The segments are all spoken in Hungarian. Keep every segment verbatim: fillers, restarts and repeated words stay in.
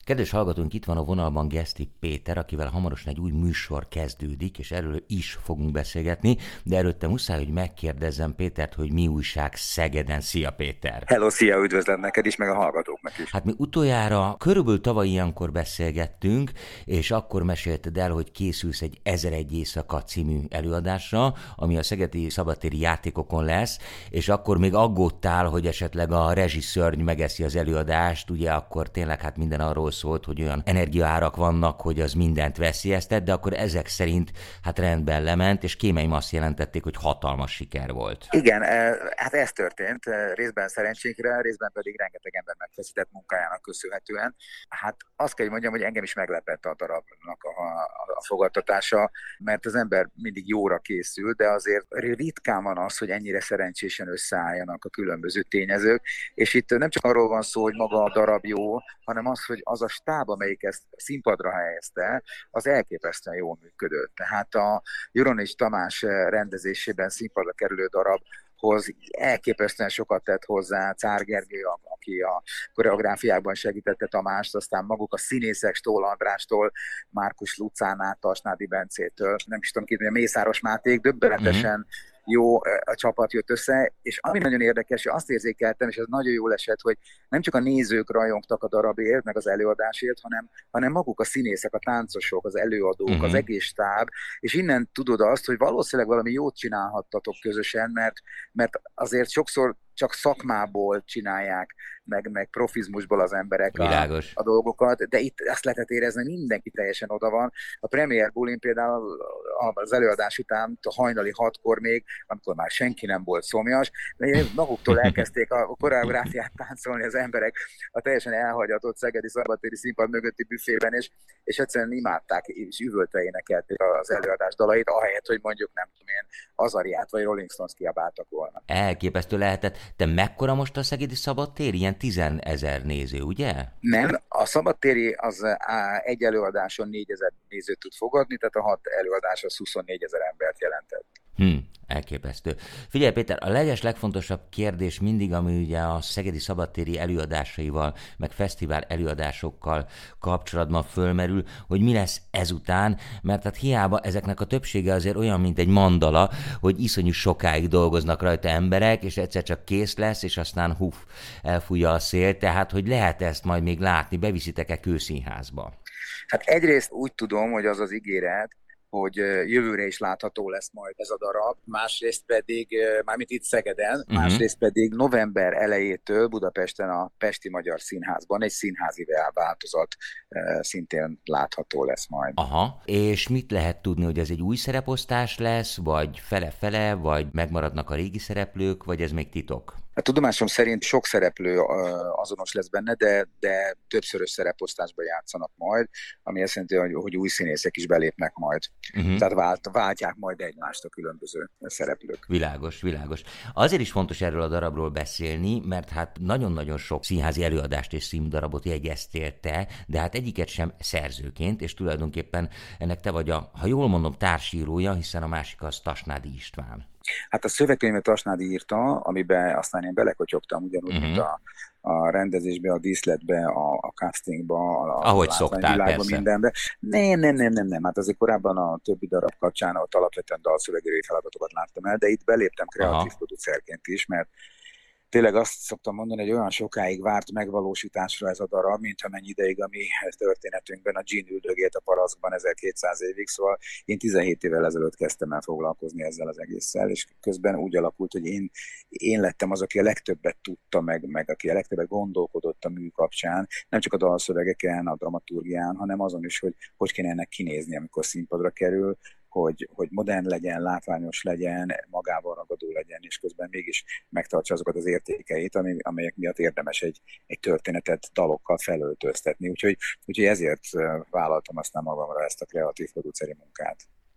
Kedves hallgatónk, itt van a vonalban Geszti Péter, akivel hamarosan egy új műsor kezdődik, és erről is fogunk beszélgetni, de előtte muszáj, hogy megkérdezzem Pétert, hogy mi újság Szegeden. Szia Péter! Hello, szia, üdvözlöm neked is, meg a hallgatóknak is. Hát mi utoljára körülbelül tavaly ilyenkor beszélgettünk, és akkor mesélted el, hogy készülsz egy Ezeregy éjszaka című előadásra, ami a szegedi szabadtéri játékokon lesz, és akkor még aggódtál, hogy esetleg a rezsiszörny megeszi az előadást, ugye akkor tényleg hát minden arról szólt, hogy olyan energiaárak vannak, hogy az mindent veszélyeztet, de akkor ezek szerint hát rendben lement, és kémeim azt jelentették, hogy hatalmas siker volt. Igen, hát ez történt, részben szerencsénkre, részben pedig rengeteg ember megfeszített munkájának köszönhetően. Hát azt kell, hogy mondjam, hogy engem is meglepett a darabnak a, a, a fogadtatása, mert az ember mindig jóra készül, de azért ritkán van az, hogy ennyire szerencsésen összeálljanak a különböző tényezők, és itt nem csak arról van szó, hogy maga a darab jó, hanem az, hogy az a stáb, amelyik ezt színpadra helyezte, az elképesztően jól működött. Tehát a Juronics Tamás rendezésében színpadra kerülő darabhoz elképesztően sokat tett hozzá Czár Gergely, aki a koreográfiákban segítette Tamást, aztán maguk a színészek, Stól Andrástól, Márkus Lucánát, Tasnádi Bencétől, nem is tudom ki, a Mészáros Máték, döbbenetesen mm-hmm. jó a csapat jött össze, és ami nagyon érdekes, hogy azt érzékeltem, és ez nagyon jól esett, hogy nem csak a nézők rajongtak a darabért, meg az előadásért, hanem, hanem maguk a színészek, a táncosok, az előadók, uh-huh. az egész stáb, és innen tudod azt, hogy valószínűleg valami jót csinálhattatok közösen, mert, mert azért sokszor csak szakmából csinálják, meg, meg profizmusból az emberek a, a dolgokat, de itt azt lehetett érezni, mindenki teljesen oda van. A Premier Bulin például az előadás után, a hajnali hatkor még, amikor már senki nem volt szomjas, de maguktól elkezdték a koreográfiát táncolni az emberek a teljesen elhagyatott szegedi szabadtéri színpad mögötti büfében, és, és egyszerűen imádták, és üvöltve énekelték az előadás dalait, ahelyett, hogy mondjuk nem tudom én, Azariát vagy Rolling Stones kiabáltak volna. Elképesztő lehetett. Te mekkora most a szegedi szabadtér? Ilyen tizenezer néző, ugye? Nem, a szabadtéri az egy előadáson négyezer nézőt tud fogadni, tehát a hat előadás az huszonnégyezer embert jelentett. Hm, elképesztő. Figyelj Péter, a leges legfontosabb kérdés mindig, ami ugye a szegedi szabadtéri előadásaival, meg fesztivál előadásokkal kapcsolatban fölmerül, hogy mi lesz ezután, mert hát hiába ezeknek a többsége azért olyan, mint egy mandala, hogy iszonyú sokáig dolgoznak rajta emberek, és egyszer csak kész lesz, és aztán huf, elfújja a szél, tehát hogy lehet ezt majd még látni, beviszitek-e Kőszínházba? Hát egyrészt úgy tudom, hogy az az ígéret, hogy jövőre is látható lesz majd ez a darab, másrészt pedig, mármint itt Szegeden, uh-huh. másrészt pedig november elejétől Budapesten a Pesti Magyar Színházban egy színházi változat szintén látható lesz majd. Aha, és mit lehet tudni, hogy ez egy új szereposztás lesz, vagy fele-fele, vagy megmaradnak a régi szereplők, vagy ez még titok? A tudomásom szerint sok szereplő azonos lesz benne, de, de többszörös szereposztásban játszanak majd, ami azt jelenti, hogy, hogy új színészek is belépnek majd. Uh-huh. Tehát vált, váltják majd egymást a különböző szereplők. Világos, világos. Azért is fontos erről a darabról beszélni, mert hát nagyon-nagyon sok színházi előadást és színdarabot jegyeztél te, de hát egyiket sem szerzőként, és tulajdonképpen ennek te vagy a, ha jól mondom, társírója, hiszen a másik az Tasnádi István. Hát a szövegkönyvet Tasnádi írta, amiben aztán én belekotyogtam ugyanúgy, uh-huh. mint a, a rendezésbe, a díszletbe, a, a castingba, a, ahogy szoktál, persze. Mindenbe. Nem, nem, nem, nem, nem. Hát azért korábban a többi darab kapcsán ott alapvetően dalszövegírói feladatokat láttam el, de itt beléptem kreatív producerként is, mert tényleg azt szoktam mondani, hogy olyan sokáig várt megvalósításra ez a darab, mint amennyi ideig a mi történetünkben a dzsin üldögélt a palackban ezerkétszáz évig, szóval én tizenhét évvel ezelőtt kezdtem el foglalkozni ezzel az egésszel, és közben úgy alakult, hogy én, én lettem az, aki a legtöbbet tudta meg, meg aki a legtöbbet gondolkodott a mű kapcsán, nem csak a dalszövegeken, a dramaturgián, hanem azon is, hogy hogy kéne ennek kinézni, amikor színpadra kerül, Hogy, hogy modern legyen, látványos legyen, magával ragadó legyen, és közben mégis megtartsa azokat az értékeit, amelyek miatt érdemes egy, egy történetet dalokkal felöltöztetni. Úgyhogy, úgyhogy ezért vállaltam aztán magamra ezt a kreatív produceri munkát.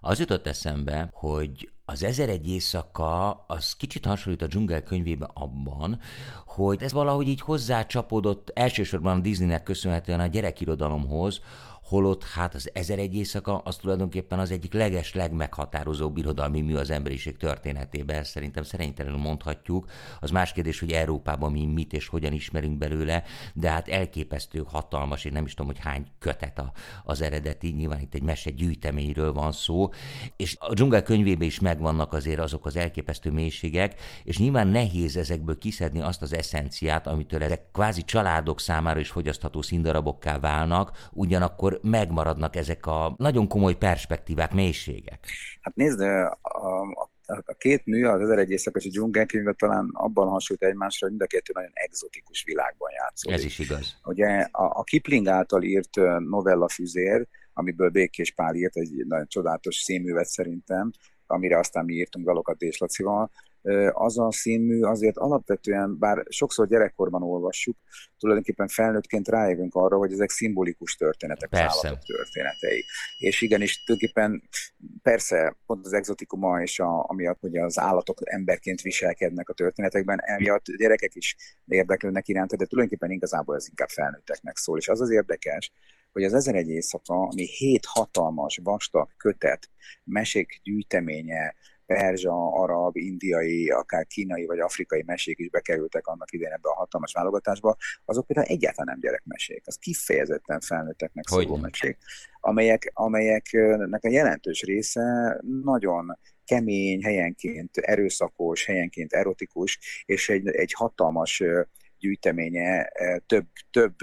Az jutott eszembe, hogy az Ezeregy éjszaka az kicsit hasonlít a Dzsungel könyvében abban, hogy ez valahogy így hozzácsapódott elsősorban a Disneynek köszönhetően a gyerekirodalomhoz, holott hát az Ezeregy éjszaka az tulajdonképpen az egyik leges, legmeghatározóbb irodalmi mű az emberiség történetében, szerintem szerénytelenül mondhatjuk. Az más kérdés, hogy Európában mi mit és hogyan ismerünk belőle, de hát elképesztő, hatalmas, én nem is tudom, hogy hány kötet a, az eredeti, nyilván itt egy mese gyűjteményről van szó, és a Dzsungel könyvében is megvannak azért azok az elképesztő mélységek, és nyilván nehéz ezekből kiszedni azt az eszenciát, amitől ezek kvázi családok számára is fogyasztható színdarabokká válnak, ugyanakkor megmaradnak ezek a nagyon komoly perspektívák, mélységek. Hát nézd, a, a, a két mű, az Ezeregy éjszaka és a Dzsungel könyve talán abban hasonlít egymásra, hogy mind a kettő nagyon egzotikus világban játszódik. Ez is igaz. Ugye a, a Kipling által írt novella Füzér, amiből Békés Pál írt egy nagyon csodálatos színművet szerintem, amire aztán mi írtunk dalokat Dés Lacival, az a színmű azért alapvetően, bár sokszor gyerekkorban olvassuk, tulajdonképpen felnőttként rájövünk arra, hogy ezek szimbolikus történetek, az állatok történetei. És igenis, tulajdonképpen persze pont az exotikuma és a, amiatt, hogy az állatok emberként viselkednek a történetekben, emiatt gyerekek is érdeklődnek iránta, de tulajdonképpen igazából ez inkább felnőtteknek szól. És az az érdekes, hogy az Ezeregy éjszaka, ami hét hatalmas, vastag kötet, mesék gyűjteménye, perzsa, arab, indiai, akár kínai vagy afrikai mesék is bekerültek annak idején ebbe a hatalmas válogatásba, azok például egyáltalán nem gyerekmesék, az kifejezetten felnőtteknek szóló mesék, amelyek, amelyeknek a jelentős része nagyon kemény, helyenként erőszakos, helyenként erotikus, és egy, egy hatalmas gyűjteménye több, több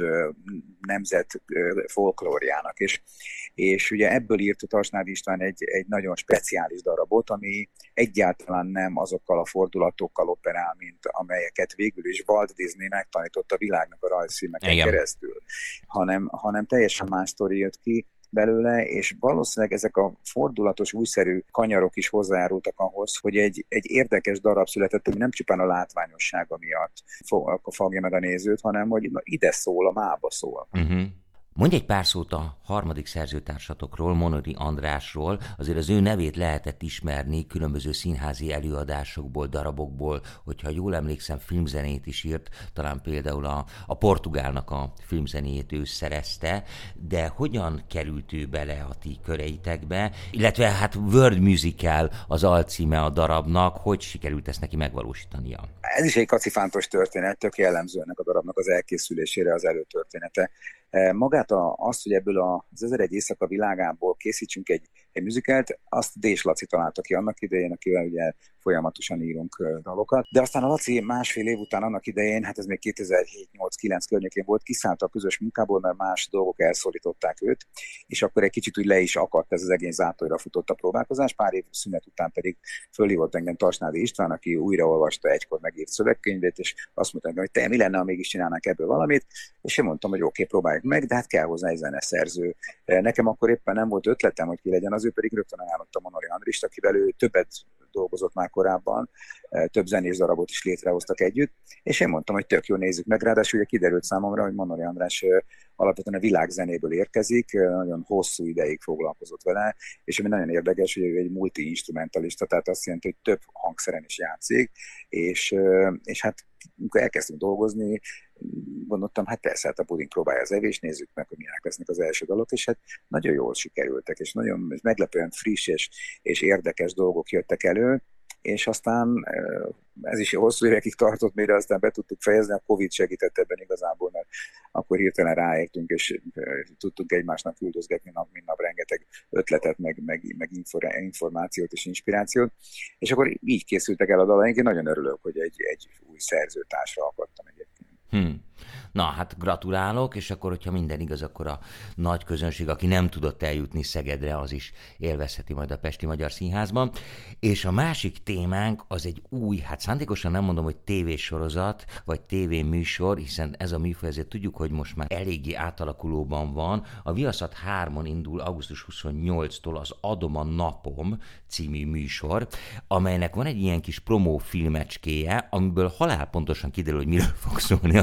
nemzet folklórjának. És, és ugye ebből írt Tasnádi István egy, egy nagyon speciális darabot, ami egyáltalán nem azokkal a fordulatokkal operál, mint amelyeket végül is Walt Disney megtanított a világnak a rajzfilmeken keresztül, hanem, hanem teljesen más sztori jött ki belőle, és valószínűleg ezek a fordulatos, újszerű kanyarok is hozzájárultak ahhoz, hogy egy, egy érdekes darab született, ami nem csupán a látványossága miatt fogja meg a nézőt, hanem hogy na, ide szól, a mába szól. Uh-huh. Mondj egy pár szót a harmadik szerzőtársatokról, Monori Andrásról. Azért az ő nevét lehetett ismerni különböző színházi előadásokból, darabokból, hogyha jól emlékszem, filmzenét is írt, talán például a, a Portugálnak a filmzenéjét ő szerezte, de hogyan került ő bele a ti köreitekbe, illetve hát World Musical az alcíme a darabnak, hogy sikerült ezt neki megvalósítania? Ez is egy kacifántos történet, tök jellemző ennek a darabnak az elkészülésére az előtörténete. Magát a, azt, hogy ebből az Ezeregy éjszaka világából készítsünk egy, egy musicalt, azt Dés Laci találta ki annak idején, akivel ugye folyamatosan írunk dalokat. De aztán a Laci másfél év után annak idején, hát ez még kétezer-hét nyolc kilenc környékén volt, kiszállt a közös munkából, mert más dolgok elszólították őt, és akkor egy kicsit úgy le is akadt ez az egész zátóira futott a próbálkozás. Pár év szünet után pedig fölhívott engem Tasnádi István, aki újraolvasta egykor megírt szövegkönyvét, és azt mondta, hogy te mi lenne, ha mégis csinálnánk ebből valamit, és én mondtam, hogy oké, próbáljuk meg, de hát kell hozzá egy zeneszerző. Nekem akkor éppen nem volt ötletem, hogy ki legyen az, ő pedig rögtön ajánlotta Monori Andrist, akivel ő többet dolgozott már korábban, több zenés darabot is létrehoztak együtt, és én mondtam, hogy tök jó, nézzük meg, ráadásul ugye kiderült számomra, hogy Monori András alapvetően a világzenéből érkezik, nagyon hosszú ideig foglalkozott vele, és ami nagyon érdekes, hogy ő egy multi-instrumentalista, tehát azt jelenti, hogy több hangszeren is játszik, és, és hát amikor elkezdtünk dolgozni, gondoltam, hát persze, hát a puding próbálja az evés, nézzük meg, hogy milyenek lesznek az első dalok, és hát nagyon jól sikerültek, és nagyon meglepően friss és, és érdekes dolgok jöttek elő, és aztán ez is hosszú évekig tartott, mire aztán be tudtuk fejezni, a Covid segített ebben igazából, mert akkor hirtelen ráértünk, és tudtunk egymásnak küldözgetni nap, mint nap rengeteg ötletet, meg, meg, meg információt és inspirációt, és akkor így készültek el a dalaink. Én nagyon örülök, hogy egy, egy új szerzőtársra akadtam egyébként. Hmm. Na, hát gratulálok, és akkor, hogyha minden igaz, akkor a nagy közönség, aki nem tudott eljutni Szegedre, az is élvezheti majd a Pesti Magyar Színházban. És a másik témánk az egy új, hát szándékosan nem mondom, hogy tévésorozat, vagy tévéműsor, hiszen ez a műfaj, ezért tudjuk, hogy most már eléggé átalakulóban van. A Viaszat hármon indul augusztus huszonnyolcadikától az Adom a napom című műsor, amelynek van egy ilyen kis promó filmecskéje, amiből halálpontosan kiderül, hogy miről fog szólni a műsor,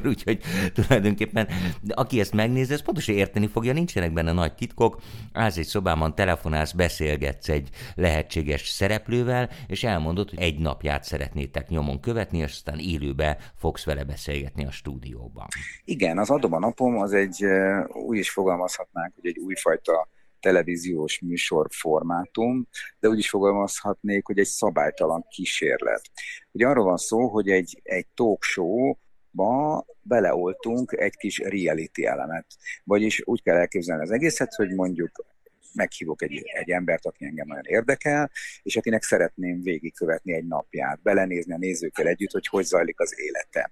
műsor, úgyhogy tulajdonképpen de aki ezt megnézi, ez pontosan érteni fogja, nincsenek benne nagy titkok, állsz egy szobában, telefonálsz, beszélgetsz egy lehetséges szereplővel, és elmondod, hogy egy napját szeretnétek nyomon követni, és aztán élőbe fogsz vele beszélgetni a stúdióban. Igen, az Adom a napom az egy, úgy is fogalmazhatnánk, hogy egy újfajta televíziós műsor formátum, de úgy is fogalmazhatnék, hogy egy szabálytalan kísérlet. Ugye arról van szó, hogy egy, egy talk show-ba beleoltunk egy kis reality elemet. Vagyis úgy kell elképzelni az egészet, hogy mondjuk meghívok egy, egy embert, aki engem nagyon érdekel, és akinek szeretném végigkövetni egy napját, belenézni a nézőkkel együtt, hogy hogy zajlik az élete.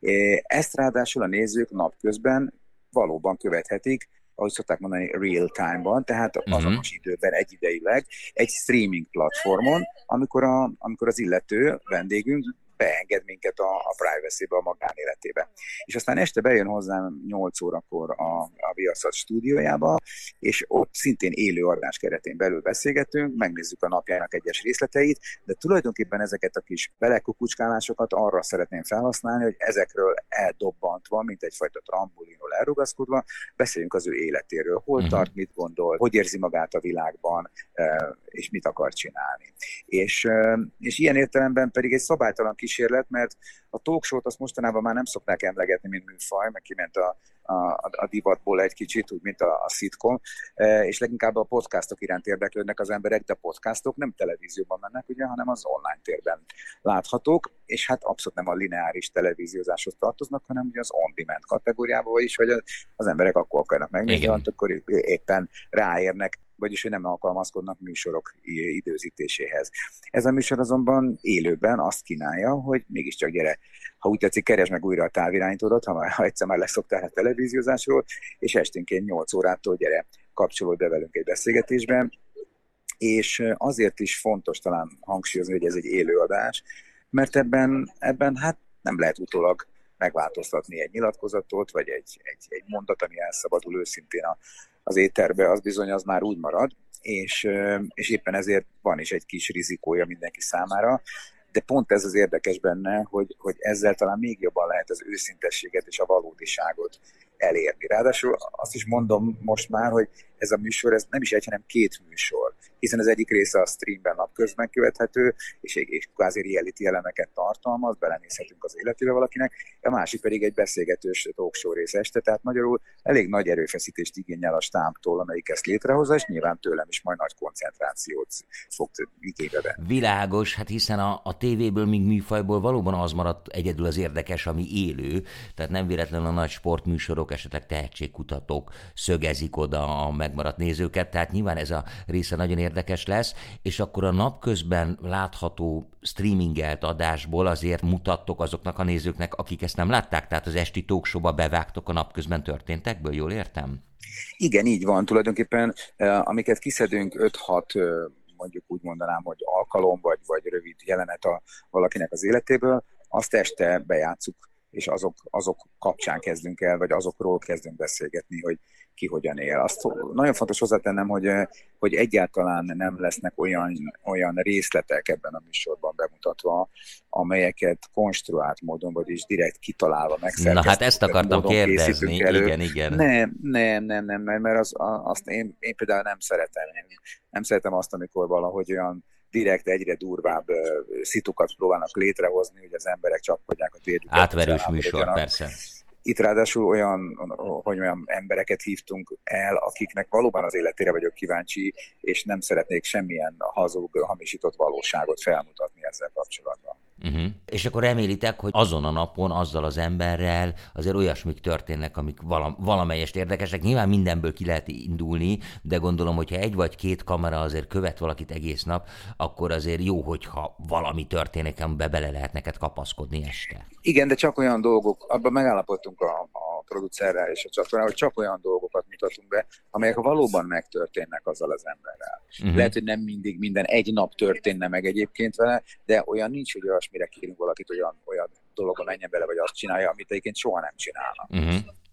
Ezt ráadásul a nézők napközben valóban követhetik, ahogy szokták mondani, real time-ban, tehát azonos uh-huh. időben, egyidejűleg, egy streaming platformon, amikor, a, amikor az illető vendégünk beenged minket a, a privacy-be, a magánéletébe. És aztán este bejön hozzám nyolc órakor a, a Viaszat stúdiójába, és ott szintén élő adás keretén belül beszélgetünk, megnézzük a napjának egyes részleteit, de tulajdonképpen ezeket a kis belekukucskálásokat arra szeretném felhasználni, hogy ezekről eldobbantva, mint egyfajta trambulinról elrugaszkodva, beszéljünk az ő életéről, hol uh-huh. tart, mit gondol, hogy érzi magát a világban, és mit akar csinálni. És, és ilyen értelemben pedig egy szabálytalan kísérlet, mert a talk show-t azt mostanában már nem szokták emlegetni, mint műfaj, meg kiment a, a, a divatból egy kicsit, úgy, mint a, a szitkom, és leginkább a podcastok iránt érdeklődnek az emberek, de a podcastok nem televízióban mennek, ugye, hanem az online térben láthatók, és hát abszolút nem a lineáris televíziózáshoz tartoznak, hanem ugye az on-demand kategóriába, vagyis, hogy az emberek akkor akarnak megnézni, akkor éppen ráérnek, vagyis hogy nem alkalmazkodnak műsorok időzítéséhez. Ez a műsor azonban élőben azt kínálja, hogy mégiscsak gyere, ha úgy tetszik, keresd meg újra a távirányítódat, ha, ha egyszer már leszoktál a televíziózásról, és esténként nyolc órától gyere, kapcsolódj be velünk egy beszélgetésben, és azért is fontos talán hangsúlyozni, hogy ez egy élőadás, mert ebben, ebben hát nem lehet utólag megváltoztatni egy nyilatkozatot, vagy egy, egy, egy mondat, ami elszabadul őszintén a, az éterbe, az bizony az már úgy marad, és, és éppen ezért van is egy kis rizikója mindenki számára, de pont ez az érdekes benne, hogy, hogy ezzel talán még jobban lehet az őszintességet és a valódiságot elérni. Ráadásul azt is mondom most már, hogy ez a műsor ez nem is egy, hanem két műsor, hiszen az egyik része a streamben napközben követhető, és egy kvázi reality elemeket tartalmaz, belenézhetünk az életébe valakinek, a másik pedig egy beszélgetős talk show rész este, tehát magyarul elég nagy erőfeszítést igényel a stábtól, amelyik ezt létrehozza, és nyilván tőlem is majd nagy koncentrációt fog igénybe venni. Világos, hát hiszen a, a tévéből, még műfajból valóban az maradt egyedül az érdekes, ami élő, tehát nem véletlenül a nagy sportműsorok, esetleg tehetségkutatók szögezik oda a megmaradt nézőket, tehát nyilván ez a része nagyon érdekes lesz, és akkor a napközben látható streamingelt adásból azért mutattok azoknak a nézőknek, akik ezt nem látták, tehát az esti talkshowba bevágtok a napközben történtekből, jól értem? Igen, így van. Tulajdonképpen amiket kiszedünk öt-hat, mondjuk úgy mondanám, hogy alkalom, vagy, vagy rövid jelenet a valakinek az életéből, azt este bejátszuk, és azok, azok kapcsán kezdünk el, vagy azokról kezdünk beszélgetni, hogy ki hogyan él. Azt nagyon fontos hozzátennem, hogy, hogy egyáltalán nem lesznek olyan, olyan részletek ebben a műsorban bemutatva, amelyeket konstruált módon, vagyis direkt kitalálva megszerkesztett. Na hát ezt akartam kérdezni, igen, igen. Nem, nem, nem, nem, mert az, azt én, én például nem szeretem. Én nem szeretem azt, amikor valahogy olyan direkt egyre durvább uh, szitukat próbálnak létrehozni, hogy az emberek csapkodják a térjüket. Átverős műsor, persze. Itt ráadásul olyan, hogy olyan embereket hívtunk el, akiknek valóban az életére vagyok kíváncsi, és nem szeretnék semmilyen hazug, hamisított valóságot felmutatni ezzel kapcsolatban. Uh-huh. És akkor remélitek, hogy azon a napon, azzal az emberrel azért olyasmik történnek, amik vala, valamelyest érdekesek. Nyilván mindenből ki lehet indulni, de gondolom, hogyha egy vagy két kamera azért követ valakit egész nap, akkor azért jó, hogyha valami történik, amiben bele lehet neked kapaszkodni este. Igen, de csak olyan dolgok, abban megállapodtunk a, a producerrel és a csatornával, hogy csak olyan dolgokat mutatunk be, amelyek valóban megtörténnek azzal az emberrel. Uh-huh. Lehet, hogy nem mindig minden egy nap történne meg egyébként vele, de olyan nincs, hogy olyasmire kérünk valakit, olyan, olyan dologba menjen bele, vagy azt csinálja, amit egyébként soha nem csinálna. Uh-huh.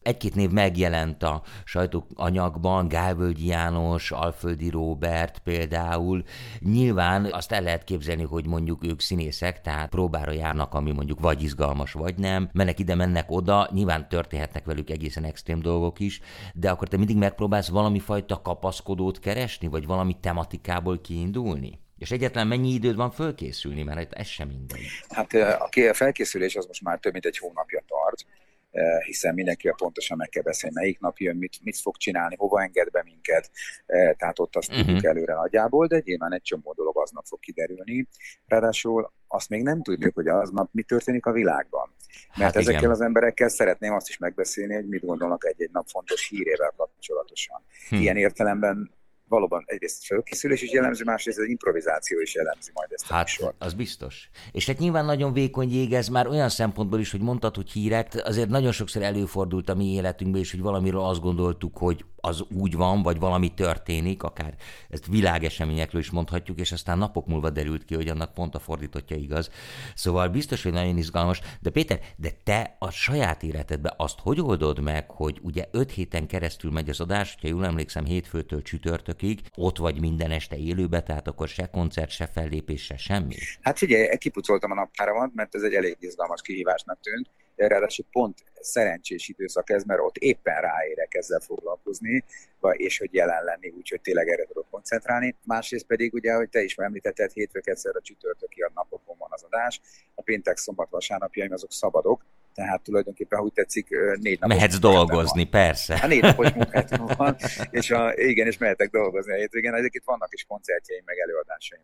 egy-két név megjelent a sajtóanyagban, Gálvölgyi János, Alföldi Róbert például. Nyilván azt el lehet képzelni, hogy mondjuk ők színészek, tehát próbára járnak, ami mondjuk vagy izgalmas, vagy nem. Mennek ide, mennek oda, nyilván történhetnek velük egészen extrém dolgok is, de akkor te mindig megpróbálsz valami fajta kapaszkodót keresni, vagy valami tematikából kiindulni? És egyáltalán mennyi időd van fölkészülni, mert ez sem mindegy. Hát a felkészülés az most már több mint egy hónapja tart, hiszen mindenkivel pontosan meg kell beszélni, melyik nap jön, mit, mit fog csinálni, hova enged be minket, tehát ott azt uh-huh. tudjuk előre nagyjából, de nyilván egy csomó dolog aznap fog kiderülni. Ráadásul azt még nem tudjuk, hogy aznap mi történik a világban. Mert hát ezekkel igen. az emberekkel szeretném azt is megbeszélni, hogy mit gondolnak egy-egy nap fontos hírével kapcsolatosan. Hm. Ilyen értelemben valóban egyrészt fölkészülés is jellemző, másrészt az improvizáció is jellemzi majd ezt a Hát, műsort. Az biztos. És hát nyilván nagyon vékony jég ez már olyan szempontból is, hogy mondtad, hogy hírek, azért nagyon sokszor előfordult a mi életünkben is, hogy valamiről azt gondoltuk, hogy az úgy van, vagy valami történik, akár ezt világeseményekről is mondhatjuk, és aztán napok múlva derült ki, hogy annak pont a fordítottja igaz. Szóval biztos, hogy nagyon izgalmas. De Péter, de te a saját életedben azt hogy oldod meg, hogy ugye öt héten keresztül megy az adás, hogyha jól emlékszem, hétfőtől csütörtökig, ott vagy minden este élőbe, tehát akkor se koncert, se fellépés, se semmi? Hát figyelj, kipucoltam a naptáramat, mert ez egy elég izgalmas kihívásnak tűnt. Ráadásul pont szerencsés időszak ez, mert ott éppen ráérek ezzel foglalkozni, és hogy jelen lenni, úgyhogy tényleg erre tudok koncentrálni. Másrészt pedig ugye, hogy te is említetted, hétfők a csütörtöki a napokon van az adás, a péntek, szombat, vasárnapjaim azok szabadok, tehát tulajdonképpen, úgy tetszik, négy napos mehetsz dolgozni, van. Persze. A négy napos munkátom van, és a, igen, és mehetek dolgozni a hétvégén. Egyébként vannak is koncertjeim, meg előadásaim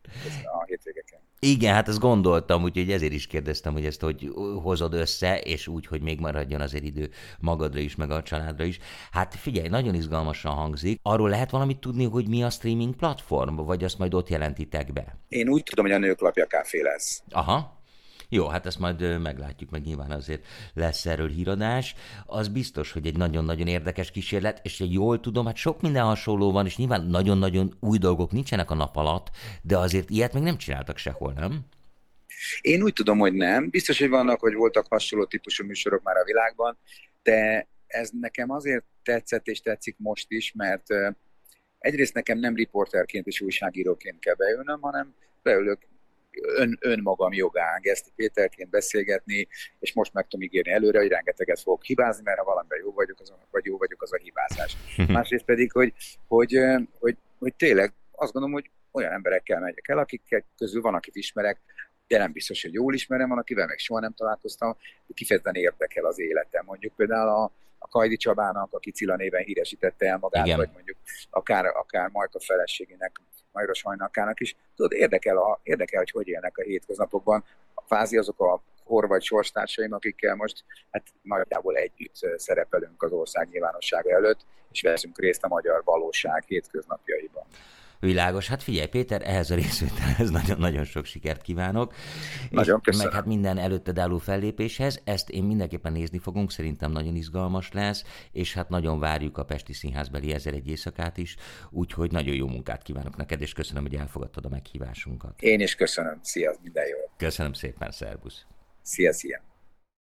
a hétvégeken. Igen, hát ezt gondoltam, úgyhogy ezért is kérdeztem, hogy ezt hogy hozod össze, és úgy, hogy még maradjon azért idő magadra is, meg a családra is. Hát figyelj, nagyon izgalmasan hangzik. Arról lehet valamit tudni, hogy mi a streaming platform, vagy azt majd ott jelentitek be? Én úgy tudom, hogy a Nőklapja Café lesz. Aha. Jó, hát ezt majd meglátjuk, meg nyilván azért lesz erről híradás. Az biztos, hogy egy nagyon-nagyon érdekes kísérlet, és jól tudom, hát sok minden hasonló van, és nyilván nagyon-nagyon új dolgok nincsenek a nap alatt, de azért ilyet még nem csináltak sehol, nem? Én úgy tudom, hogy nem. Biztos, hogy vannak, hogy voltak hasonló típusú műsorok már a világban, de ez nekem azért tetszett és tetszik most is, mert egyrészt nekem nem riporterként és újságíróként kell beülnöm, hanem beülök Ön, önmagam jogán Geszti Péterként beszélgetni, és most meg tudom ígérni előre, hogy rengeteget fogok hibázni, mert ha valamiben jó vagyok, az, vagy jó vagyok, az a hibázás. Másrészt pedig, hogy, hogy, hogy, hogy tényleg azt gondolom, hogy olyan emberekkel megyek el, akik közül van, akit ismerek, de nem biztos, hogy jól ismerem, van, akivel meg soha nem találkoztam, kifejezetten érdekel az életem. Mondjuk például a, a Kajdi Csabának, aki Cilla néven híresítette el magát, igen. Vagy mondjuk akár, akár Majka feleségének, Majros Hajnalkának is. Tudod, érdekel, a, érdekel, hogy hogy élnek a hétköznapokban. A fázi azok a kor vagy sorstársaim, akikkel most hát nagyjából együtt szerepelünk az ország nyilvánossága előtt, és veszünk részt a magyar valóság hétköznapjaiban. Világos. Hát figyelj, Péter, ehhez a részvételhez nagyon-nagyon sok sikert kívánok. Nagyon és köszönöm. Meg hát minden előtted álló fellépéshez. Ezt én mindenképpen nézni fogunk, szerintem nagyon izgalmas lesz, és hát nagyon várjuk a Pesti Színházbeli Ezer egy éjszakát is, úgyhogy nagyon jó munkát kívánok neked, és köszönöm, hogy elfogadtad a meghívásunkat. Én is köszönöm. Szia, minden jó. Köszönöm szépen, szervusz. Szia, szia.